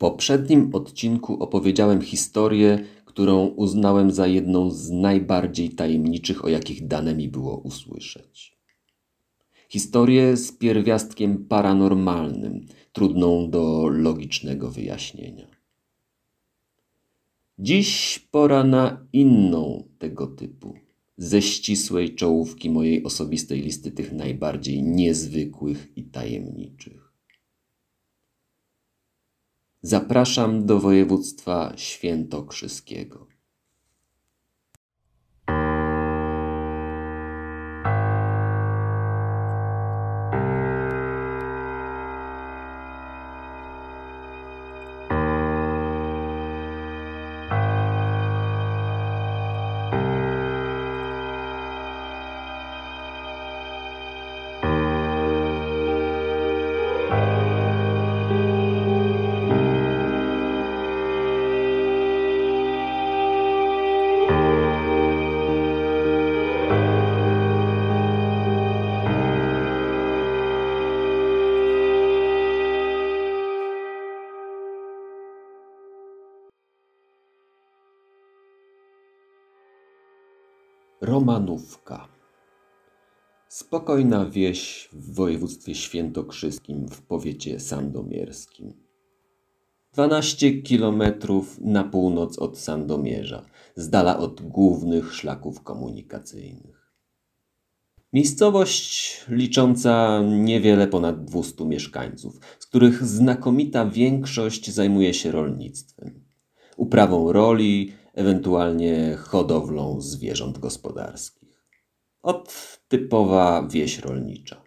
poprzednim odcinku opowiedziałem historię, którą uznałem za jedną z najbardziej tajemniczych, o jakich dane mi było usłyszeć. Historię z pierwiastkiem paranormalnym, trudną do logicznego wyjaśnienia. Dziś pora na inną tego typu, ze ścisłej czołówki mojej osobistej listy tych najbardziej niezwykłych i tajemniczych. Zapraszam do województwa świętokrzyskiego. Romanówka. Spokojna wieś w województwie świętokrzyskim w powiecie sandomierskim. 12 kilometrów na północ od Sandomierza, z dala od głównych szlaków komunikacyjnych. Miejscowość licząca niewiele ponad 200 mieszkańców, z których znakomita większość zajmuje się rolnictwem, uprawą roli, ewentualnie hodowlą zwierząt gospodarskich. Typowa wieś rolnicza.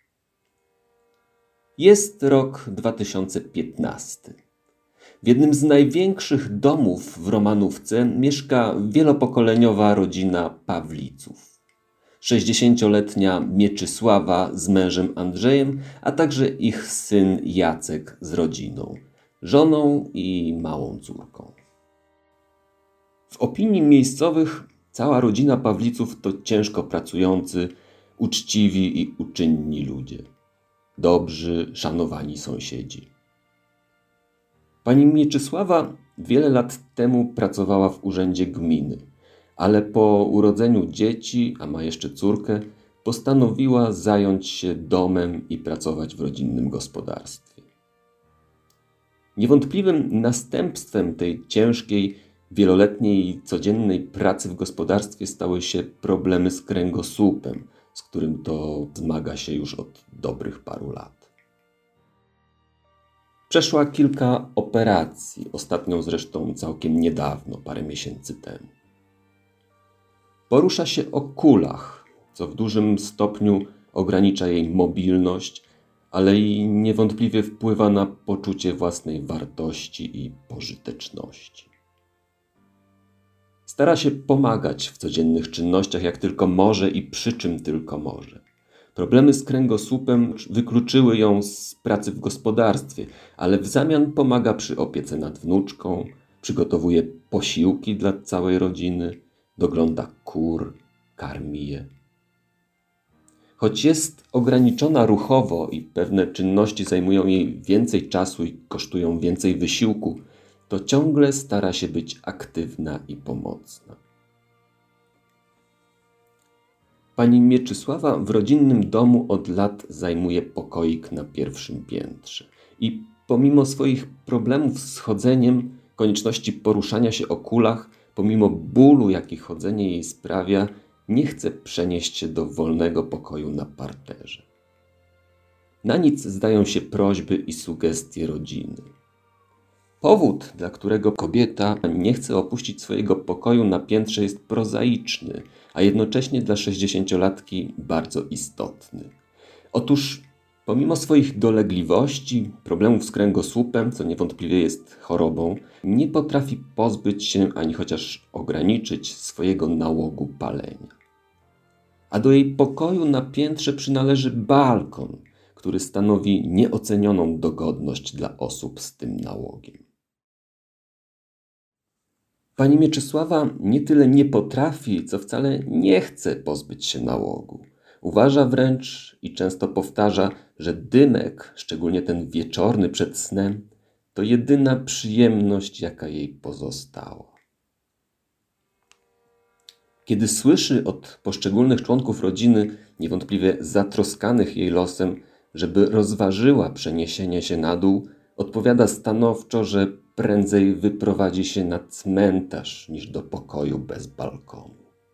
Jest rok 2015. W jednym z największych domów w Romanówce mieszka wielopokoleniowa rodzina Pawliców. 60-letnia Mieczysława z mężem Andrzejem, a także ich syn Jacek z rodziną, żoną i małą córką. W opinii miejscowych cała rodzina Pawliców to ciężko pracujący, uczciwi i uczynni ludzie. Dobrzy, szanowani sąsiedzi. Pani Mieczysława wiele lat temu pracowała w urzędzie gminy, ale po urodzeniu dzieci, a ma jeszcze córkę, postanowiła zająć się domem i pracować w rodzinnym gospodarstwie. Niewątpliwym następstwem tej ciężkiej, wieloletniej codziennej pracy w gospodarstwie stały się problemy z kręgosłupem, z którym to zmaga się już od dobrych paru lat. Przeszła kilka operacji, ostatnią zresztą całkiem niedawno, parę miesięcy temu. Porusza się o kulach, co w dużym stopniu ogranicza jej mobilność, ale i niewątpliwie wpływa na poczucie własnej wartości i pożyteczności. Stara się pomagać w codziennych czynnościach jak tylko może i przy czym tylko może. Problemy z kręgosłupem wykluczyły ją z pracy w gospodarstwie, ale w zamian pomaga przy opiece nad wnuczką, przygotowuje posiłki dla całej rodziny, dogląda kur, karmi je. Choć jest ograniczona ruchowo i pewne czynności zajmują jej więcej czasu i kosztują więcej wysiłku, to ciągle stara się być aktywna i pomocna. Pani Mieczysława w rodzinnym domu od lat zajmuje pokoik na pierwszym piętrze i pomimo swoich problemów z chodzeniem, konieczności poruszania się o kulach, pomimo bólu, jaki chodzenie jej sprawia, nie chce przenieść się do wolnego pokoju na parterze. Na nic zdają się prośby i sugestie rodziny. Powód, dla którego kobieta nie chce opuścić swojego pokoju na piętrze, jest prozaiczny, a jednocześnie dla 60-latki bardzo istotny. Otóż pomimo swoich dolegliwości, problemów z kręgosłupem, co niewątpliwie jest chorobą, nie potrafi pozbyć się ani chociaż ograniczyć swojego nałogu palenia. A do jej pokoju na piętrze przynależy balkon, który stanowi nieocenioną dogodność dla osób z tym nałogiem. Pani Mieczysława nie tyle nie potrafi, co wcale nie chce pozbyć się nałogu. Uważa wręcz i często powtarza, że dymek, szczególnie ten wieczorny przed snem, to jedyna przyjemność, jaka jej pozostała. Kiedy słyszy od poszczególnych członków rodziny, niewątpliwie zatroskanych jej losem, żeby rozważyła przeniesienie się na dół, odpowiada stanowczo, że prędzej wyprowadzi się na cmentarz niż do pokoju bez balkonu.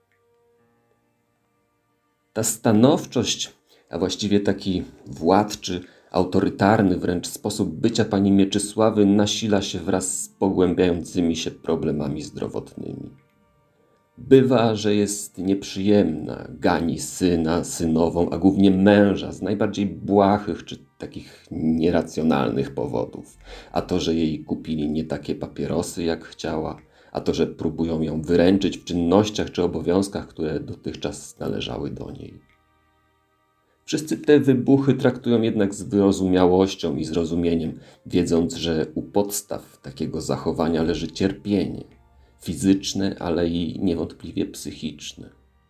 Ta stanowczość, a właściwie taki władczy, autorytarny wręcz sposób bycia pani Mieczysławy nasila się wraz z pogłębiającymi się problemami zdrowotnymi. Bywa, że jest nieprzyjemna, gani syna, synową, a głównie męża z najbardziej błahych czy takich nieracjonalnych powodów. A to, że jej kupili nie takie papierosy, jak chciała, a to, że próbują ją wyręczyć w czynnościach czy obowiązkach, które dotychczas należały do niej. Wszyscy te wybuchy traktują jednak z wyrozumiałością i zrozumieniem, wiedząc, że u podstaw takiego zachowania leży cierpienie. Fizyczne, ale i niewątpliwie psychiczne.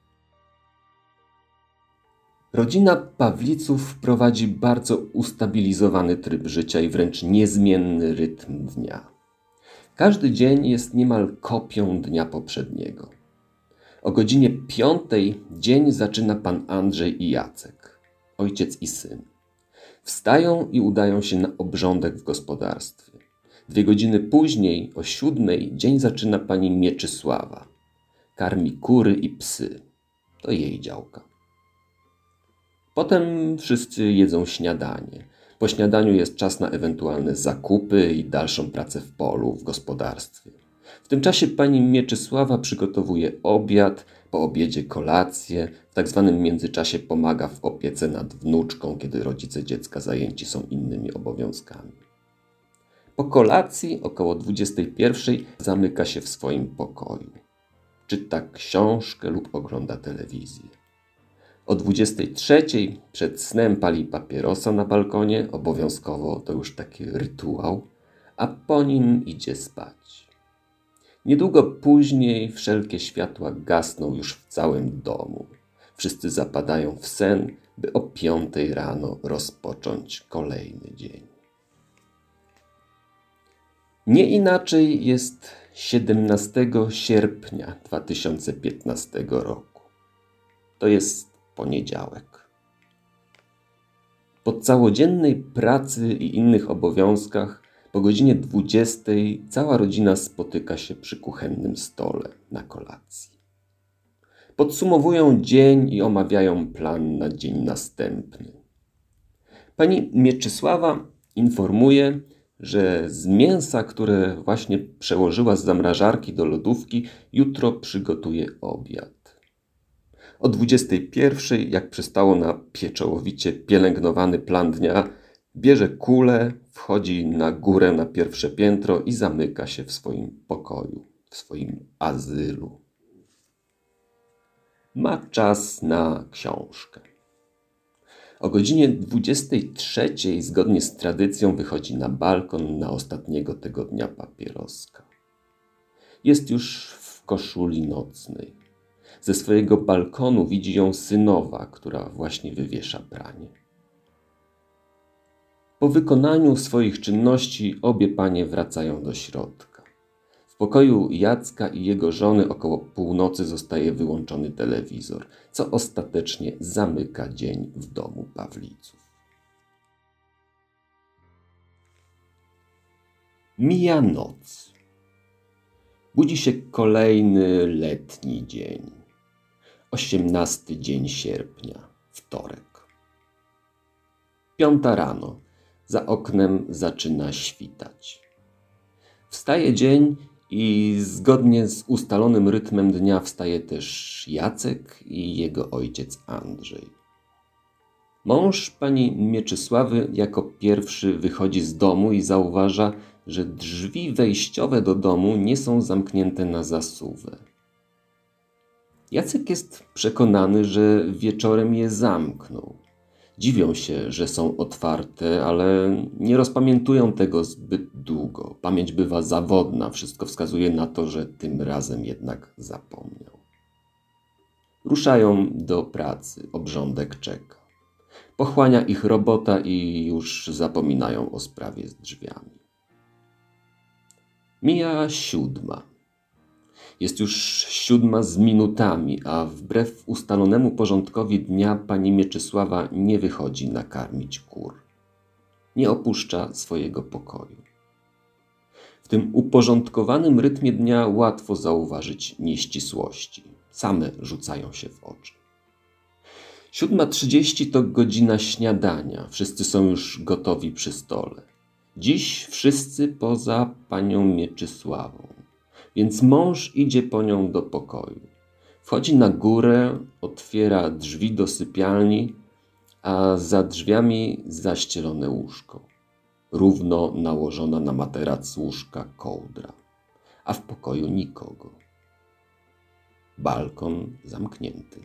Rodzina Pawliców prowadzi bardzo ustabilizowany tryb życia i wręcz niezmienny rytm dnia. Każdy dzień jest niemal kopią dnia poprzedniego. O godzinie 5 dzień zaczyna pan Andrzej i Jacek, ojciec i syn. Wstają i udają się na obrządek w gospodarstwie. 2 godziny później, o 7, dzień zaczyna pani Mieczysława. Karmi kury i psy. To jej działka. Potem wszyscy jedzą śniadanie. Po śniadaniu jest czas na ewentualne zakupy i dalszą pracę w polu, w gospodarstwie. W tym czasie pani Mieczysława przygotowuje obiad, po obiedzie kolację, w tak zwanym międzyczasie pomaga w opiece nad wnuczką, kiedy rodzice dziecka zajęci są innymi obowiązkami. Po kolacji około 21 zamyka się w swoim pokoju. Czyta książkę lub ogląda telewizję. O 23 przed snem pali papierosa na balkonie, obowiązkowo to już taki rytuał, a po nim idzie spać. Niedługo później wszelkie światła gasną już w całym domu. Wszyscy zapadają w sen, by o 5 rano rozpocząć kolejny dzień. Nie inaczej jest 17 sierpnia 2015 roku. To jest poniedziałek. Po całodziennej pracy i innych obowiązkach po godzinie 20 cała rodzina spotyka się przy kuchennym stole na kolacji. Podsumowują dzień i omawiają plan na dzień następny. Pani Mieczysława informuje, że z mięsa, które właśnie przełożyła z zamrażarki do lodówki, jutro przygotuje obiad. O 21, jak przystało na pieczołowicie pielęgnowany plan dnia, bierze kulę, wchodzi na górę na pierwsze piętro i zamyka się w swoim pokoju, w swoim azylu. Ma czas na książkę. O godzinie 23 zgodnie z tradycją wychodzi na balkon na ostatniego tego dnia papieroska. Jest już w koszuli nocnej. Ze swojego balkonu widzi ją synowa, która właśnie wywiesza pranie. Po wykonaniu swoich czynności obie panie wracają do środka. W pokoju Jacka i jego żony około północy zostaje wyłączony telewizor, co ostatecznie zamyka dzień w domu Pawliców. Mija noc. Budzi się kolejny letni dzień. 18 dzień sierpnia, wtorek. 5 rano. Za oknem zaczyna świtać. Wstaje dzień i zgodnie z ustalonym rytmem dnia wstaje też Jacek i jego ojciec Andrzej. Mąż pani Mieczysławy jako pierwszy wychodzi z domu i zauważa, że drzwi wejściowe do domu nie są zamknięte na zasuwę. Jacek jest przekonany, że wieczorem je zamknął. Dziwią się, że są otwarte, ale nie rozpamiętują tego zbyt długo. Pamięć bywa zawodna, wszystko wskazuje na to, że tym razem jednak zapomniał. Ruszają do pracy, obrządek czeka. Pochłania ich robota i już zapominają o sprawie z drzwiami. Mija 7. Jest już 7 z minutami, a wbrew ustalonemu porządkowi dnia pani Mieczysława nie wychodzi nakarmić kur. Nie opuszcza swojego pokoju. W tym uporządkowanym rytmie dnia łatwo zauważyć nieścisłości. Same rzucają się w oczy. 7:30 to godzina śniadania. Wszyscy są już gotowi przy stole. Dziś wszyscy poza panią Mieczysławą. Więc mąż idzie po nią do pokoju. Wchodzi na górę, otwiera drzwi do sypialni, a za drzwiami zaścielone łóżko. Równo nałożona na materac łóżka kołdra, a w pokoju nikogo. Balkon zamknięty.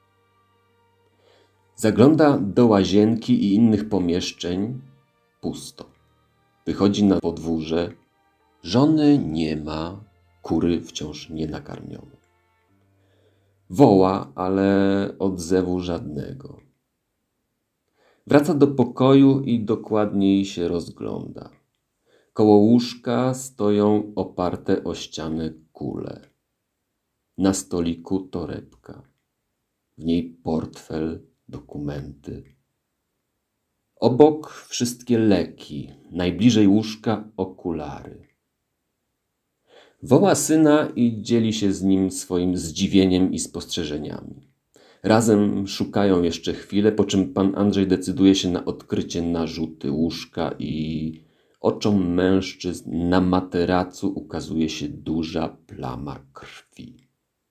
Zagląda do łazienki i innych pomieszczeń. Pusto. Wychodzi na podwórze. Żony nie ma, kury wciąż nie nakarmione. Woła, ale odzewu żadnego. Wraca do pokoju i dokładniej się rozgląda. Koło łóżka stoją oparte o ścianę kule. Na stoliku torebka. W niej portfel, dokumenty. Obok wszystkie leki, najbliżej łóżka okulary. Woła syna i dzieli się z nim swoim zdziwieniem i spostrzeżeniami. Razem szukają jeszcze chwilę, po czym pan Andrzej decyduje się na odkrycie narzuty łóżka i oczom mężczyzn na materacu ukazuje się duża plama krwi.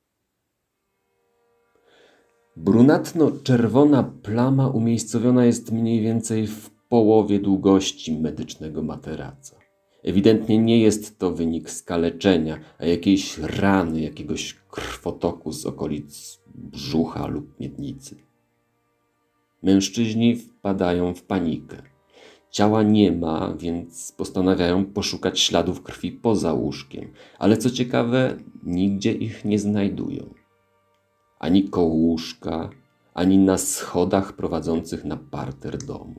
Brunatno-czerwona plama umiejscowiona jest mniej więcej w połowie długości medycznego materaca. Ewidentnie nie jest to wynik skaleczenia, a jakiejś rany, jakiegoś krwotoku z okolic brzucha lub miednicy. Mężczyźni wpadają w panikę. Ciała nie ma, więc postanawiają poszukać śladów krwi poza łóżkiem, ale co ciekawe, nigdzie ich nie znajdują. Ani koło łóżka, ani na schodach prowadzących na parter domu.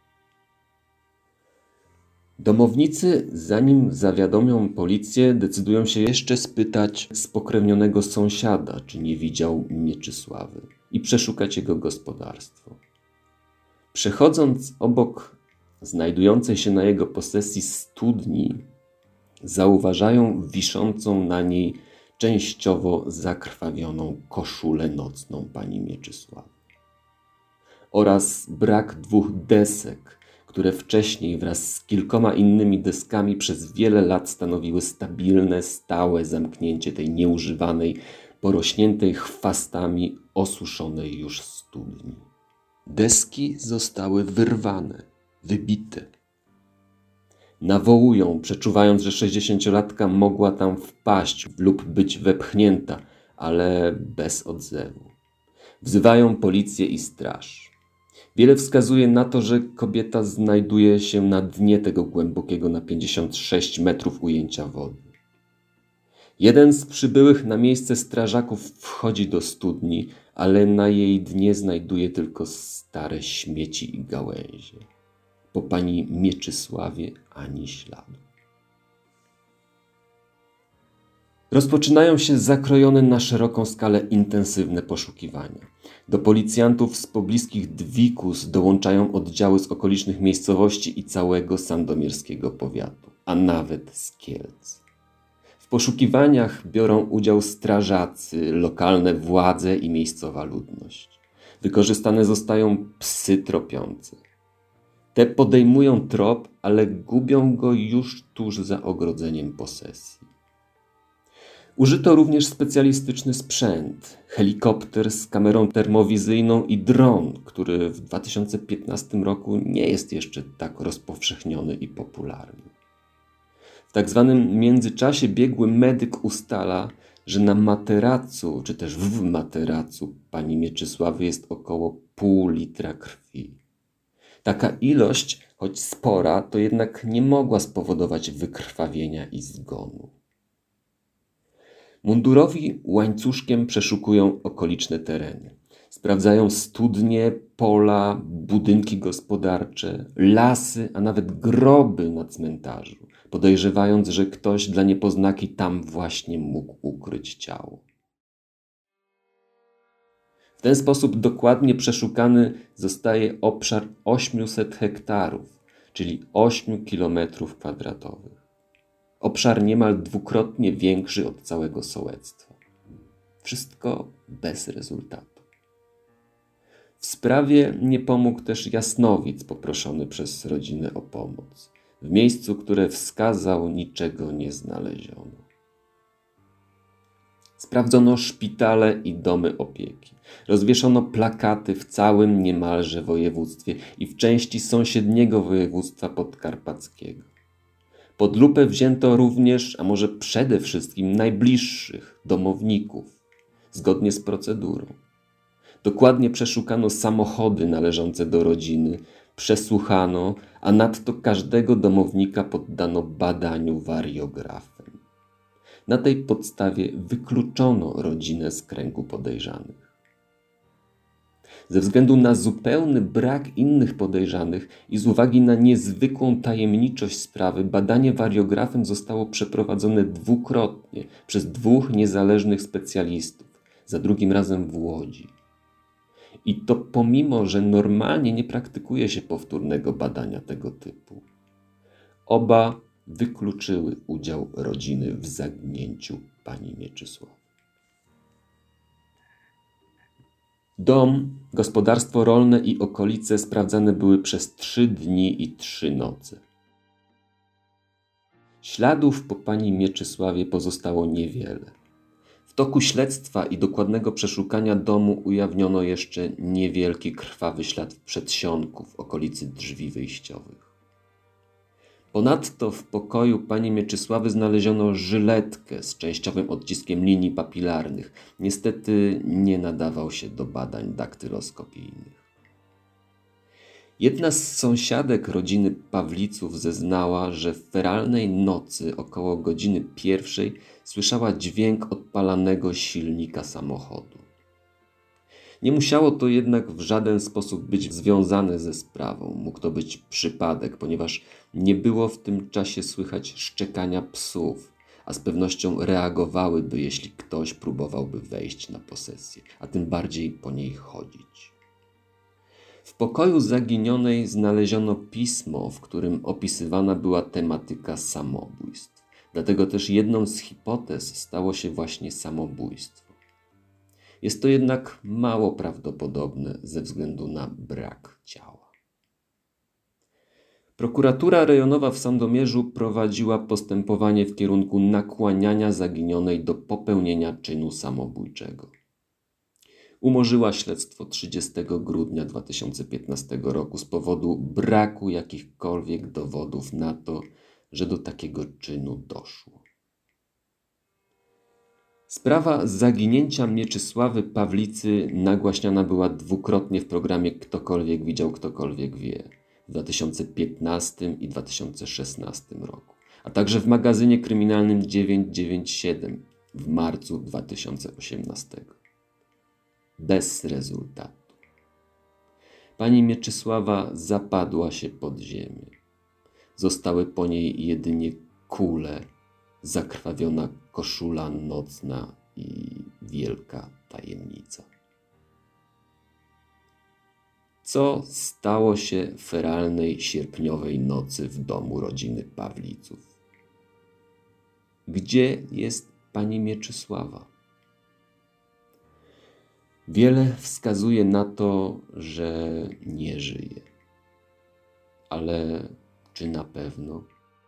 Domownicy, zanim zawiadomią policję, decydują się jeszcze spytać spokrewnionego sąsiada, czy nie widział Mieczysławy, i przeszukać jego gospodarstwo. Przechodząc obok znajdującej się na jego posesji studni, zauważają wiszącą na niej częściowo zakrwawioną koszulę nocną pani Mieczysławy oraz brak 2 desek, które wcześniej wraz z kilkoma innymi deskami przez wiele lat stanowiły stabilne, stałe zamknięcie tej nieużywanej, porośniętej chwastami, osuszonej już studni. Deski zostały wyrwane, wybite. Nawołują, przeczuwając, że 60-latka mogła tam wpaść lub być wepchnięta, ale bez odzewu. Wzywają policję i straż. Wiele wskazuje na to, że kobieta znajduje się na dnie tego głębokiego na 56 metrów ujęcia wody. Jeden z przybyłych na miejsce strażaków wchodzi do studni, ale na jej dnie znajduje tylko stare śmieci i gałęzie. Po pani Mieczysławie ani śladu. Rozpoczynają się zakrojone na szeroką skalę intensywne poszukiwania. Do policjantów z pobliskich Dwikus dołączają oddziały z okolicznych miejscowości i całego sandomierskiego powiatu, a nawet z Kielc. W poszukiwaniach biorą udział strażacy, lokalne władze i miejscowa ludność. Wykorzystane zostają psy tropiące. Te podejmują trop, ale gubią go już tuż za ogrodzeniem posesji. Użyto również specjalistyczny sprzęt, helikopter z kamerą termowizyjną i dron, który w 2015 roku nie jest jeszcze tak rozpowszechniony i popularny. W tak zwanym międzyczasie biegły medyk ustala, że na materacu, czy też w materacu pani Mieczysławy jest około pół litra krwi. Taka ilość, choć spora, to jednak nie mogła spowodować wykrwawienia i zgonu. Mundurowi łańcuszkiem przeszukują okoliczne tereny. Sprawdzają studnie, pola, budynki gospodarcze, lasy, a nawet groby na cmentarzu, podejrzewając, że ktoś dla niepoznaki tam właśnie mógł ukryć ciało. W ten sposób dokładnie przeszukany zostaje obszar 800 hektarów, czyli 8 kilometrów kwadratowych. Obszar niemal dwukrotnie większy od całego sołectwa. Wszystko bez rezultatu. W sprawie nie pomógł też jasnowic poproszony przez rodzinę o pomoc. W miejscu, które wskazał, niczego nie znaleziono. Sprawdzono szpitale i domy opieki. Rozwieszono plakaty w całym niemalże województwie i w części sąsiedniego województwa podkarpackiego. Pod lupę wzięto również, a może przede wszystkim najbliższych domowników, zgodnie z procedurą. Dokładnie przeszukano samochody należące do rodziny, przesłuchano, a nadto każdego domownika poddano badaniu wariografem. Na tej podstawie wykluczono rodzinę z kręgu podejrzanych. Ze względu na zupełny brak innych podejrzanych i z uwagi na niezwykłą tajemniczość sprawy, badanie wariografem zostało przeprowadzone dwukrotnie przez 2 niezależnych specjalistów, za drugim razem w Łodzi. I to pomimo, że normalnie nie praktykuje się powtórnego badania tego typu. Oba wykluczyły udział rodziny w zaginięciu pani Mieczysławy. Dom, gospodarstwo rolne i okolice sprawdzane były przez 3 dni i 3 noce. Śladów po pani Mieczysławie pozostało niewiele. W toku śledztwa i dokładnego przeszukania domu ujawniono jeszcze niewielki krwawy ślad w przedsionku w okolicy drzwi wyjściowych. Ponadto w pokoju pani Mieczysławy znaleziono żyletkę z częściowym odciskiem linii papilarnych. Niestety nie nadawał się do badań daktyloskopijnych. Jedna z sąsiadek rodziny Pawliców zeznała, że w feralnej nocy około godziny 1 słyszała dźwięk odpalanego silnika samochodu. Nie musiało to jednak w żaden sposób być związane ze sprawą. Mógł to być przypadek, ponieważ nie było w tym czasie słychać szczekania psów, a z pewnością reagowałyby, jeśli ktoś próbowałby wejść na posesję, a tym bardziej po niej chodzić. W pokoju zaginionej znaleziono pismo, w którym opisywana była tematyka samobójstw. Dlatego też jedną z hipotez stało się właśnie samobójstwo. Jest to jednak mało prawdopodobne ze względu na brak ciała. Prokuratura rejonowa w Sandomierzu prowadziła postępowanie w kierunku nakłaniania zaginionej do popełnienia czynu samobójczego. Umorzyła śledztwo 30 grudnia 2015 roku z powodu braku jakichkolwiek dowodów na to, że do takiego czynu doszło. Sprawa zaginięcia Mieczysławy Pawlicy nagłaśniana była dwukrotnie w programie Ktokolwiek widział, ktokolwiek wie w 2015 i 2016 roku, a także w magazynie kryminalnym 997 w marcu 2018. Bez rezultatu. Pani Mieczysława zapadła się pod ziemię. Zostały po niej jedynie kule, zakrwawiona koszula nocna i wielka tajemnica. Co stało się feralnej sierpniowej nocy w domu rodziny Pawliców? Gdzie jest pani Mieczysława? Wiele wskazuje na to, że nie żyje. Ale czy na pewno?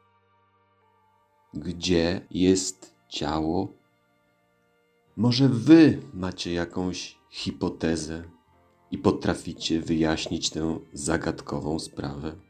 Gdzie jest ciało? Może wy macie jakąś hipotezę i potraficie wyjaśnić tę zagadkową sprawę?